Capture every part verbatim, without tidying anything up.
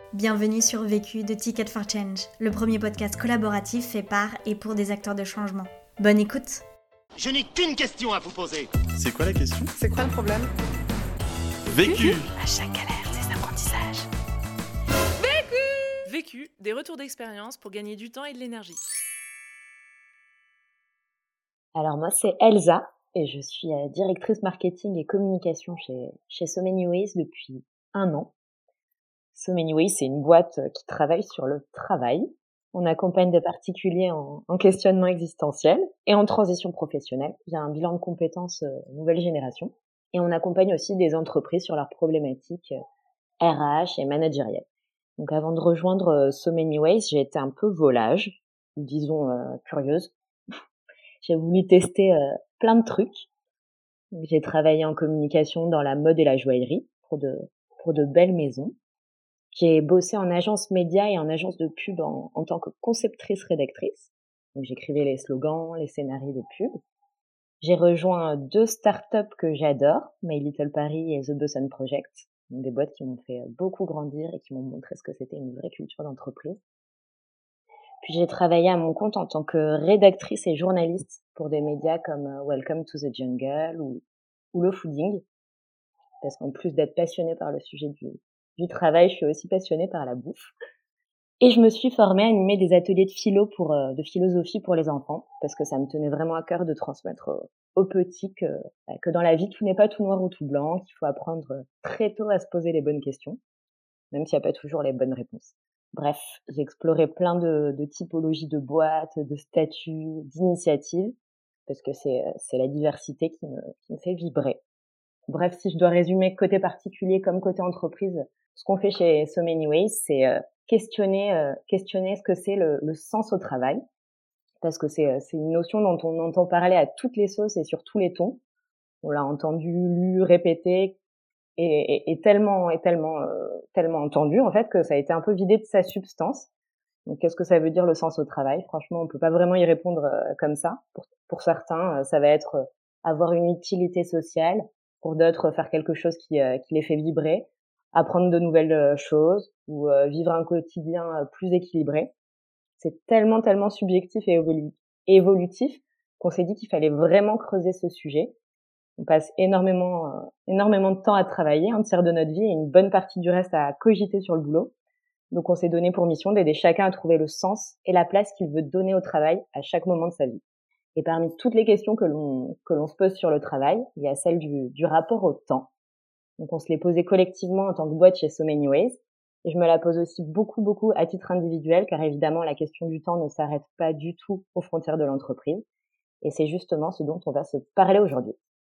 Bienvenue sur Vécu de Ticket for Change, le premier podcast collaboratif fait par et pour des acteurs de changement. Bonne écoute. Je n'ai qu'une question à vous poser. C'est quoi la question? C'est quoi le problème? Vécu. À chaque galère, des apprentissages. Vécu Vécu, des retours d'expérience pour gagner du temps et de l'énergie. Alors moi c'est Elsa et je suis euh, directrice marketing et communication chez, chez So Many Ways depuis un an. So Many Ways, c'est une boîte qui travaille sur le travail. On accompagne des particuliers en, en questionnement existentiel et en transition professionnelle via un bilan de compétences euh, nouvelle génération. Et on accompagne aussi des entreprises sur leurs problématiques euh, R H et managérielles. Donc avant de rejoindre euh, So Many Ways, j'ai été un peu volage, ou disons euh, curieuse. J'ai voulu tester euh, plein de trucs. J'ai travaillé en communication dans la mode et la joaillerie pour de, pour de belles maisons. J'ai bossé en agence média et en agence de pub en, en tant que conceptrice-rédactrice. Donc j'écrivais les slogans, les scénarios des pubs. J'ai rejoint deux startups que j'adore, My Little Paris et The Boston Project. Donc des boîtes qui m'ont fait beaucoup grandir et qui m'ont montré ce que c'était une vraie culture d'entreprise. Puis j'ai travaillé à mon compte en tant que rédactrice et journaliste pour des médias comme Welcome to the Jungle ou, ou Le Fooding. Parce qu'en plus d'être passionnée par le sujet du, du travail, je suis aussi passionnée par la bouffe. Et je me suis formée à animer des ateliers de philo pour, de philosophie pour les enfants, parce que ça me tenait vraiment à cœur de transmettre aux petits que, que dans la vie, tout n'est pas tout noir ou tout blanc, qu'il faut apprendre très tôt à se poser les bonnes questions, même s'il n'y a pas toujours les bonnes réponses. Bref, j'ai exploré plein de, de typologies de boîtes, de statuts, d'initiatives, parce que c'est, c'est la diversité qui me, qui me fait vibrer. Bref, si je dois résumer côté particulier comme côté entreprise, ce qu'on fait chez So Many Ways, c'est euh, questionner, euh, questionner ce que c'est le, le sens au travail, parce que c'est, c'est une notion dont on entend parler à toutes les sauces et sur tous les tons. On l'a entendu, lu, répété, et, et, et tellement, et tellement, euh, tellement entendu en fait que ça a été un peu vidé de sa substance. Donc, qu'est-ce que ça veut dire le sens au travail? Franchement, on peut pas vraiment y répondre euh, comme ça. Pour, pour certains, euh, ça va être euh, avoir une utilité sociale. Pour d'autres, faire quelque chose qui, euh, qui les fait vibrer, apprendre de nouvelles euh, choses ou euh, vivre un quotidien euh, plus équilibré. C'est tellement, tellement subjectif et évolu- évolutif qu'on s'est dit qu'il fallait vraiment creuser ce sujet. On passe énormément, euh, énormément de temps à travailler, un tiers de notre vie et une bonne partie du reste à cogiter sur le boulot. Donc, on s'est donné pour mission d'aider chacun à trouver le sens et la place qu'il veut donner au travail à chaque moment de sa vie. Et parmi toutes les questions que l'on, que l'on se pose sur le travail, il y a celle du, du rapport au temps. Donc, on se l'est posé collectivement en tant que boîte chez So Many Ways. Et je me la pose aussi beaucoup, beaucoup à titre individuel, car évidemment, la question du temps ne s'arrête pas du tout aux frontières de l'entreprise. Et c'est justement ce dont on va se parler aujourd'hui.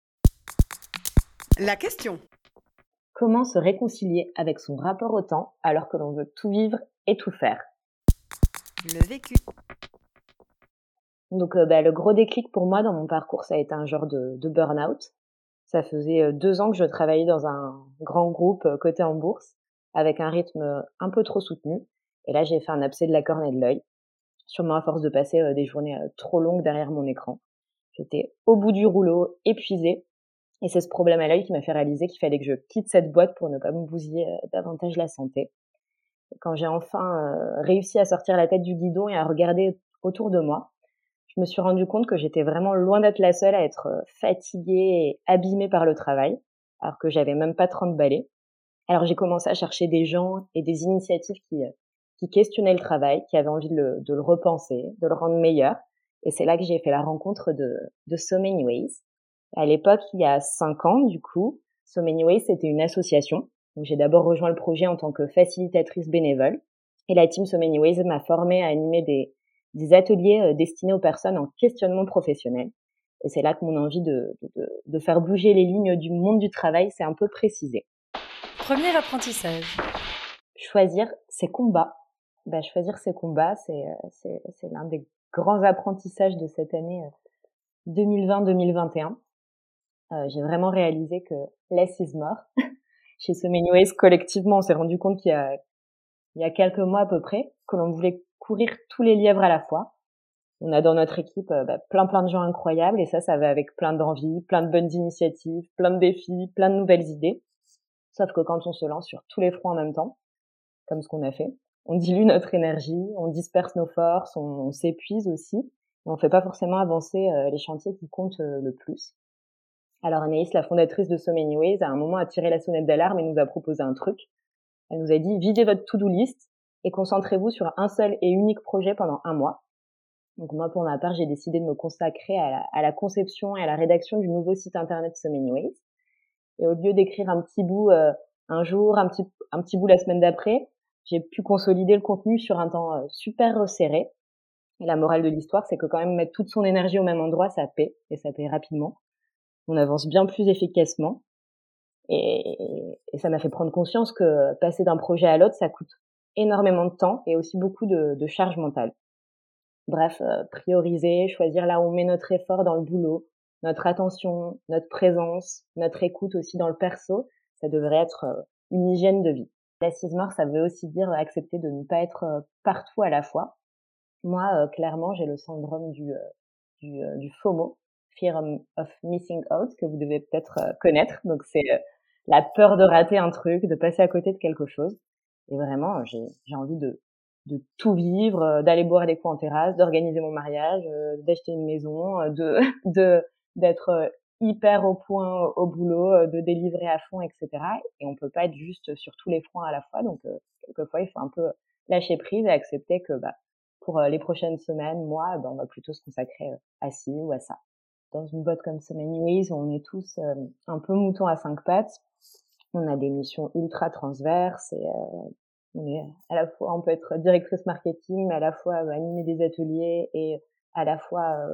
La question. Comment se réconcilier avec son rapport au temps alors que l'on veut tout vivre et tout faire? Le vécu. Donc, euh, bah, le gros déclic pour moi dans mon parcours, ça a été un genre de, de burn-out. Ça faisait euh, deux ans que je travaillais dans un grand groupe euh, coté en bourse, avec un rythme un peu trop soutenu. Et là, j'ai fait un abcès de la cornée de l'œil, sûrement à force de passer euh, des journées euh, trop longues derrière mon écran. J'étais au bout du rouleau, épuisée. Et c'est ce problème à l'œil qui m'a fait réaliser qu'il fallait que je quitte cette boîte pour ne pas me bousiller euh, davantage la santé. Et quand j'ai enfin euh, réussi à sortir la tête du guidon et à regarder autour de moi, je me suis rendu compte que j'étais vraiment loin d'être la seule à être fatiguée et abîmée par le travail, alors que j'avais même pas trente balais. Alors j'ai commencé à chercher des gens et des initiatives qui, qui questionnaient le travail, qui avaient envie de le, de le repenser, de le rendre meilleur. Et c'est là que j'ai fait la rencontre de, de So Many Ways. À l'époque, il y a cinq ans, du coup, So Many Ways, c'était une association. Donc j'ai d'abord rejoint le projet en tant que facilitatrice bénévole. Et la team So Many Ways m'a formée à animer des des ateliers destinés aux personnes en questionnement professionnel. Et c'est là que mon envie de, de, de faire bouger les lignes du monde du travail s'est un peu précisée. Premier apprentissage. Choisir ses combats. Bah, choisir ses combats, c'est, c'est, c'est l'un des grands apprentissages de cette année deux mille vingt deux mille vingt et un. Euh, j'ai vraiment réalisé que less is more. Chez So Many Ways, collectivement, on s'est rendu compte qu'il y a, il y a quelques mois à peu près, que l'on voulait courir tous les lièvres à la fois. On a dans notre équipe euh, bah, plein plein de gens incroyables et ça, ça va avec plein d'envies, plein de bonnes initiatives, plein de défis, plein de nouvelles idées. Sauf que quand on se lance sur tous les fronts en même temps, comme ce qu'on a fait. On dilue notre énergie, on disperse nos forces, on, on s'épuise aussi, et on fait pas forcément avancer euh, les chantiers qui comptent euh, le plus. Alors Anaïs, la fondatrice de So Many Ways, à un moment a tiré la sonnette d'alarme et nous a proposé un truc. Elle nous a dit, videz votre to-do list et concentrez-vous sur un seul et unique projet pendant un mois. Donc moi, pour ma part, j'ai décidé de me consacrer à la, à la conception et à la rédaction du nouveau site internet So Many Ways. Et au lieu d'écrire un petit bout euh, un jour, un petit, un petit bout la semaine d'après, j'ai pu consolider le contenu sur un temps euh, super resserré. Et la morale de l'histoire, c'est que quand même mettre toute son énergie au même endroit, ça paie, et ça paie rapidement. On avance bien plus efficacement. Et, et ça m'a fait prendre conscience que passer d'un projet à l'autre, ça coûte énormément de temps et aussi beaucoup de, de charge mentale. Bref, euh, prioriser, choisir là où on met notre effort dans le boulot, notre attention, notre présence, notre écoute aussi dans le perso, ça devrait être euh, une hygiène de vie. La six-mort, ça veut aussi dire accepter de ne pas être euh, partout à la fois. Moi, euh, clairement, j'ai le syndrome du, euh, du, euh, du FOMO, Fear of Missing Out, que vous devez peut-être euh, connaître. Donc, c'est euh, la peur de rater un truc, de passer à côté de quelque chose. Et vraiment, j'ai, j'ai envie de, de tout vivre, euh, d'aller boire des coups en terrasse, d'organiser mon mariage, euh, d'acheter une maison, euh, de, de, d'être euh, hyper au point au boulot, euh, de délivrer à fond, et cetera. Et on peut pas être juste sur tous les fronts à la fois. Donc, euh, quelquefois, il faut un peu lâcher prise et accepter que, bah, pour euh, les prochaines semaines, mois, bah, on va plutôt se consacrer euh, à ci ou à ça. Dans une boîte comme So Many Ways, on est tous euh, un peu moutons à cinq pattes. On a des missions ultra transverses et euh, on est à la fois, on peut être directrice marketing, mais à la fois euh, animer des ateliers et à la fois euh,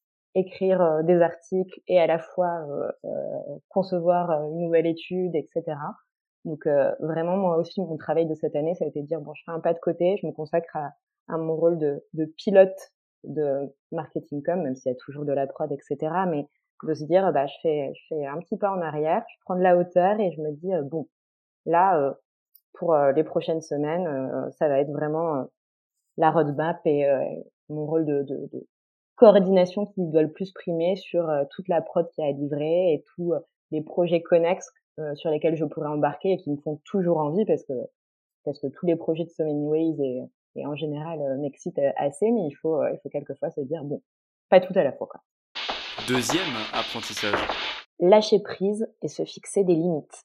écrire euh, des articles et à la fois euh, euh, concevoir euh, une nouvelle étude, et cetera. Donc euh, vraiment, moi aussi, mon travail de cette année, ça a été de dire, bon, je fais un pas de côté, je me consacre à, à mon rôle de, de pilote de marketing com, même s'il y a toujours de la prod, et cetera. Mais de se dire, bah, je fais, je fais un petit pas en arrière, je prends de la hauteur et je me dis, euh, bon, là, euh, pour euh, les prochaines semaines, euh, ça va être vraiment euh, la roadmap et euh, mon rôle de, de, de coordination qui doit le plus primer sur euh, toute la prod qui a livré et tous euh, les projets connexes euh, sur lesquels je pourrais embarquer et qui me font toujours envie parce que parce que tous les projets de So Many Ways et, et en général euh, m'excitent assez, mais il faut euh, il faut quelquefois se dire bon, pas tout à la fois quoi. Deuxième apprentissage. Lâcher prise et se fixer des limites.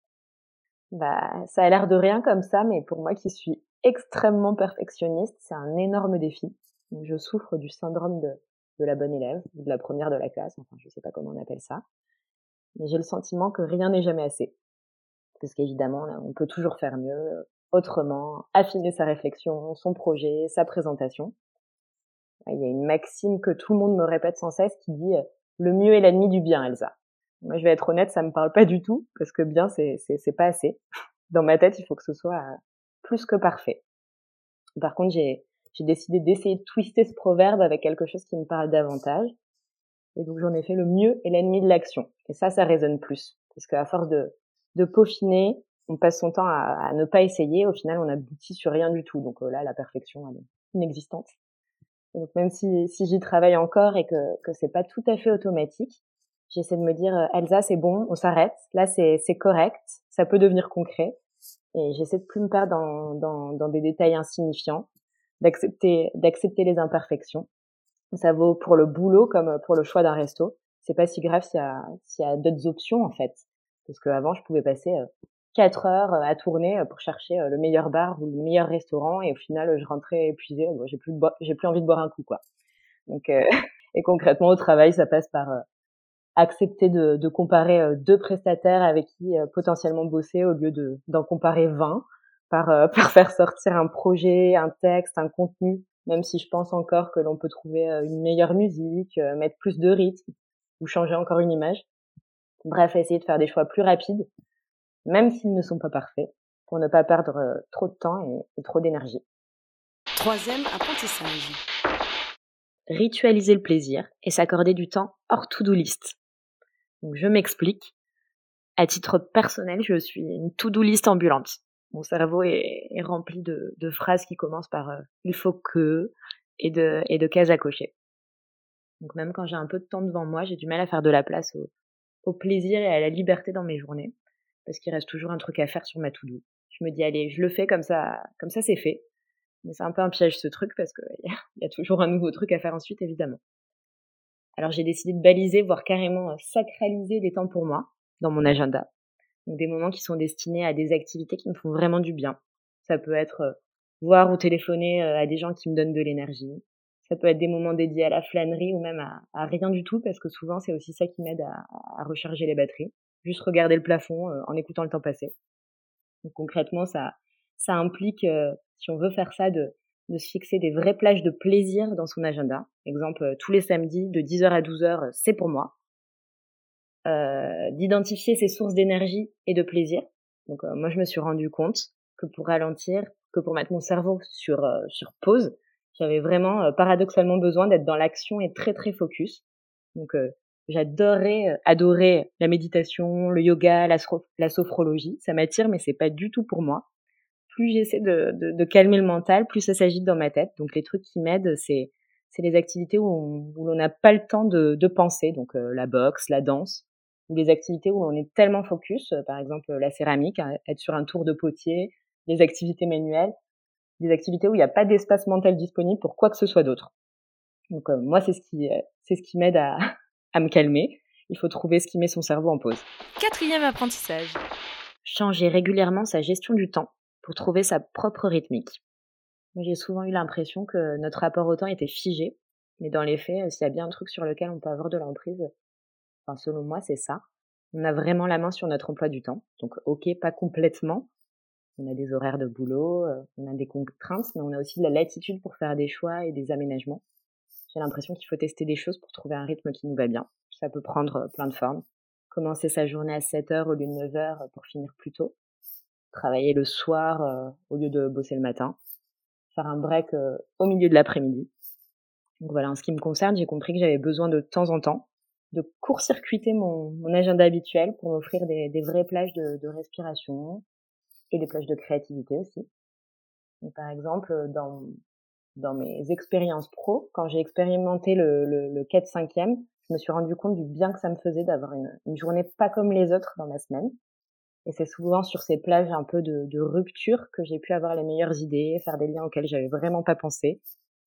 Bah, ça a l'air de rien comme ça, mais pour moi qui suis extrêmement perfectionniste, c'est un énorme défi. Donc, je souffre du syndrome de, de la bonne élève, de la première de la classe, enfin je sais pas comment on appelle ça. Mais j'ai le sentiment que rien n'est jamais assez. Parce qu'évidemment, là, on peut toujours faire mieux, autrement, affiner sa réflexion, son projet, sa présentation. Il y a une maxime que tout le monde me répète sans cesse qui dit « le mieux est l'ennemi du bien, Elsa ». Moi, je vais être honnête, ça me parle pas du tout, parce que bien, c'est, c'est, c'est pas assez. Dans ma tête, il faut que ce soit plus que parfait. Par contre, j'ai, j'ai décidé d'essayer de twister ce proverbe avec quelque chose qui me parle davantage. Et donc, j'en ai fait le mieux est l'ennemi de l'action. Et ça, ça résonne plus. Parce qu'à force de, de peaufiner, on passe son temps à, à ne pas essayer. Au final, on aboutit sur rien du tout. Donc là, la perfection, elle est inexistante. Et donc, même si, si j'y travaille encore et que, que c'est pas tout à fait automatique, j'essaie de me dire, Elsa, c'est bon, on s'arrête. Là, c'est, c'est correct. Ça peut devenir concret. Et j'essaie de plus me perdre dans, dans, dans des détails insignifiants, d'accepter, d'accepter les imperfections. Ça vaut pour le boulot comme pour le choix d'un resto. C'est pas si grave s'il y a, s'il y a d'autres options, en fait. Parce qu'avant, je pouvais passer quatre heures à tourner pour chercher le meilleur bar ou le meilleur restaurant. Et au final, je rentrais épuisée. Bon, j'ai plus de bo- j'ai plus envie de boire un coup, quoi. Donc, euh, et concrètement, au travail, ça passe par euh, accepter de, de comparer euh, deux prestataires avec qui euh, potentiellement bosser au lieu de, d'en comparer vingt, par, euh, par faire sortir un projet, un texte, un contenu, même si je pense encore que l'on peut trouver euh, une meilleure musique, euh, mettre plus de rythme ou changer encore une image. Bref, essayer de faire des choix plus rapides, même s'ils ne sont pas parfaits, pour ne pas perdre euh, trop de temps et, et trop d'énergie. Troisième apprentissage. Ritualiser le plaisir et s'accorder du temps hors to-do list. Donc, je m'explique. À titre personnel, je suis une to-do list ambulante. Mon cerveau est, est rempli de, de phrases qui commencent par euh, « il faut que » et de, et de cases à cocher. Donc même quand j'ai un peu de temps devant moi, j'ai du mal à faire de la place au, au plaisir et à la liberté dans mes journées. parce qu'il reste toujours un truc à faire sur ma to-do. Je me dis allez, je le fais comme ça, comme ça c'est fait. Mais c'est un peu un piège ce truc parce que il y, y a toujours un nouveau truc à faire ensuite évidemment. Alors j'ai décidé de baliser, voire carrément sacraliser des temps pour moi dans mon agenda. Donc des moments qui sont destinés à des activités qui me font vraiment du bien. Ça peut être euh, voir ou téléphoner euh, à des gens qui me donnent de l'énergie. Ça peut être des moments dédiés à la flânerie ou même à, à rien du tout parce que souvent c'est aussi ça qui m'aide à, à recharger les batteries. Juste regarder le plafond euh, en écoutant le temps passer. Donc concrètement ça, ça implique, euh, si on veut faire ça, de, de se fixer des vraies plages de plaisir dans son agenda. Exemple, euh, tous les samedis de dix heures à douze heures, c'est pour moi. Euh, d'identifier ses sources d'énergie et de plaisir. Donc euh, moi je me suis rendu compte que pour ralentir, que pour mettre mon cerveau sur euh, sur pause, j'avais vraiment euh, paradoxalement besoin d'être dans l'action et très très focus. Donc euh, j'adorais euh, adorer la méditation, le yoga, la, la sophrologie, ça m'attire mais c'est pas du tout pour moi. Plus j'essaie de, de, de calmer le mental, plus ça s'agite dans ma tête. Donc les trucs qui m'aident, c'est c'est les activités où on où l'on n'a pas le temps de de penser, donc euh, la boxe, la danse, ou les activités où on est tellement focus, euh, par exemple la céramike, hein, être sur un tour de potier, les activités manuelles, des activités où il n'y a pas d'espace mental disponible pour quoi que ce soit d'autre. Donc euh, moi c'est ce qui euh, c'est ce qui m'aide à à me calmer. Il faut trouver ce qui met son cerveau en pause. Quatrième apprentissage. Changer régulièrement sa gestion du temps pour trouver sa propre rythmique. J'ai souvent eu l'impression que notre rapport au temps était figé, mais dans les faits, s'il y a bien un truc sur lequel on peut avoir de l'emprise, enfin selon moi c'est ça. On a vraiment la main sur notre emploi du temps. Donc ok, pas complètement. On a des horaires de boulot, on a des contraintes, mais on a aussi de la latitude pour faire des choix et des aménagements. J'ai l'impression qu'il faut tester des choses pour trouver un rythme qui nous va bien. Ça peut prendre plein de formes. Commencer sa journée à sept heures au lieu de neuf heures pour finir plus tôt. Travailler le soir euh, au lieu de bosser le matin. Faire un break euh, au milieu de l'après-midi. Donc voilà, en ce qui me concerne, j'ai compris que j'avais besoin de temps en temps de court-circuiter mon, mon agenda habituel pour m'offrir des, des vraies plages de, de respiration et des plages de créativité aussi. Donc, par exemple, dans, dans mes expériences pro, quand j'ai expérimenté le, le, le quatre cinquième, je me suis rendu compte du bien que ça me faisait d'avoir une, une journée pas comme les autres dans ma semaine. Et c'est souvent sur ces plages un peu de, de rupture que j'ai pu avoir les meilleures idées, faire des liens auxquels j'avais vraiment pas pensé.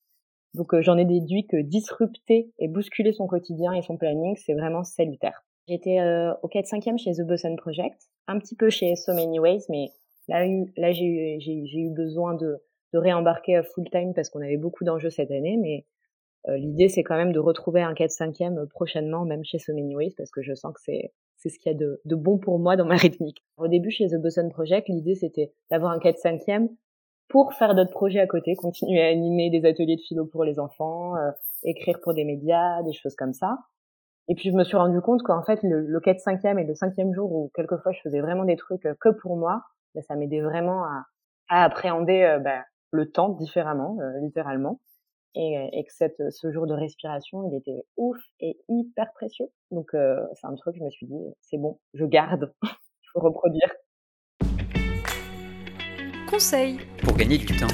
Donc euh, j'en ai déduit que disrupter et bousculer son quotidien et son planning, c'est vraiment salutaire. J'étais euh, au quatre cinquième chez The Boson Project, un petit peu chez So Many Ways, mais là, là j'ai, eu, j'ai, j'ai eu besoin de, de réembarquer full time parce qu'on avait beaucoup d'enjeux cette année, mais euh, l'idée c'est quand même de retrouver un quatre cinquième prochainement, même chez So Many Ways, parce que je sens que c'est c'est ce qu'il y a de, de bon pour moi dans ma rythmique. Au début chez The Boson Project, l'idée c'était d'avoir un quatre cinquième pour faire d'autres projets à côté, continuer à animer des ateliers de philo pour les enfants, euh, écrire pour des médias, des choses comme ça. Et puis je me suis rendu compte qu'en fait le, le quatre cinquième et le cinquième jour où quelquefois je faisais vraiment des trucs que pour moi, ben, ça m'aidait vraiment à, à appréhender euh, ben, le temps différemment, euh, littéralement. Et, et que cette, ce jour de respiration, il était ouf et hyper précieux. Donc euh, c'est un truc, je me suis dit, c'est bon, je garde, il faut reproduire. Conseil pour gagner du temps.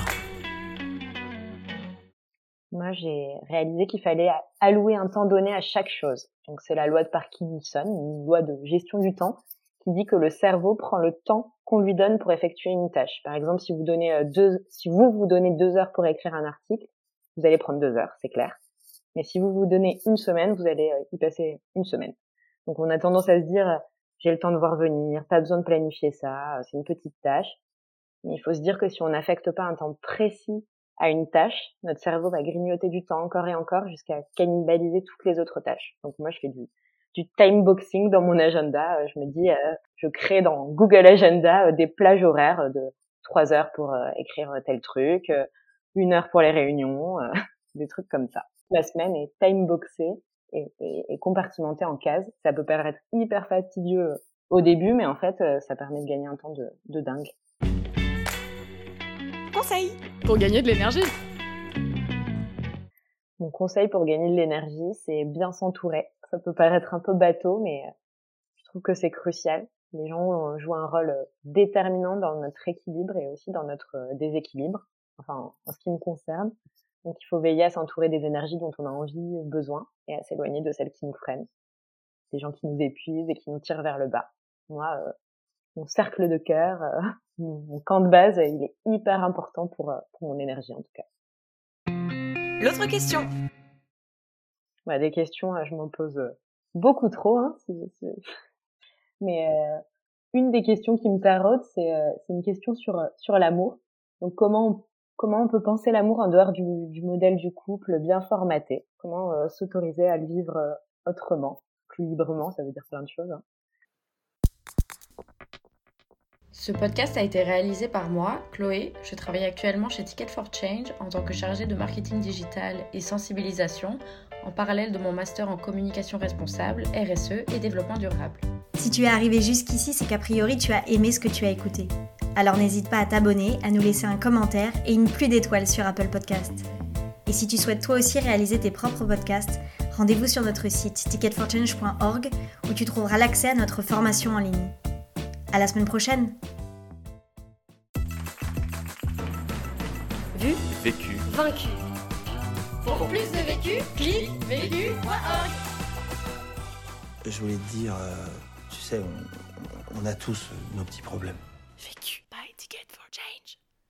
Moi, j'ai réalisé qu'il fallait allouer un temps donné à chaque chose. Donc c'est la loi de Parkinson, une loi de gestion du temps, qui dit que le cerveau prend le temps qu'on lui donne pour effectuer une tâche. Par exemple, si vous donnez deux, si vous vous donnez deux heures pour écrire un article, vous allez prendre deux heures, c'est clair. Mais si vous vous donnez une semaine, vous allez y passer une semaine. Donc on a tendance à se dire, j'ai le temps de voir venir, pas besoin de planifier ça, c'est une petite tâche. Mais il faut se dire que si on n'affecte pas un temps précis à une tâche, notre cerveau va grignoter du temps encore et encore jusqu'à cannibaliser toutes les autres tâches. Donc moi, je fais du, du time boxing dans mon agenda. Je me dis, euh, je crée dans Google Agenda euh, des plages horaires de trois heures pour euh, écrire tel truc, euh, une heure pour les réunions, euh, des trucs comme ça. La semaine est time boxée et, et, et compartimentée en cases. Ça peut paraître hyper fastidieux au début, mais en fait, euh, ça permet de gagner un temps de, de dingue. Conseil pour gagner de l'énergie. Mon conseil pour gagner de l'énergie, c'est bien s'entourer. Ça peut paraître un peu bateau, mais je trouve que c'est crucial. Les gens jouent un rôle déterminant dans notre équilibre et aussi dans notre déséquilibre, enfin en ce qui me concerne. Donc il faut veiller à s'entourer des énergies dont on a envie ou besoin et à s'éloigner de celles qui nous freinent. Des gens qui nous épuisent et qui nous tirent vers le bas. Moi, euh, mon cercle de cœur, euh, mon, mon camp de base, il est hyper important pour, euh, pour mon énergie en tout cas. L'autre question. Ouais, des questions, je m'en pose beaucoup trop, hein, c'est, c'est... mais euh, une des questions qui me taraude, c'est, euh, c'est une question sur sur l'amour. Donc comment on, comment on peut penser l'amour en dehors du, du modèle du couple bien formaté? Comment euh, s'autoriser à le vivre euh, autrement, plus librement? Ça veut dire plein de choses. Hein. Ce podcast a été réalisé par moi, Chloé. Je travaille actuellement chez Ticket for Change en tant que chargée de marketing digital et sensibilisation, en parallèle de mon master en communication responsable, R S E et développement durable. Si tu es arrivé jusqu'ici, c'est qu'a priori tu as aimé ce que tu as écouté. Alors n'hésite pas à t'abonner, à nous laisser un commentaire et une pluie d'étoiles sur Apple Podcasts. Et si tu souhaites toi aussi réaliser tes propres podcasts, rendez-vous sur notre site ticket for change point org où tu trouveras l'accès à notre formation en ligne. À la semaine prochaine. Vu, Vécu. vaincu. Pour plus de vécu, clique vécu point org. Je voulais te dire, euh, tu sais, on, on a tous nos petits problèmes. Vécu.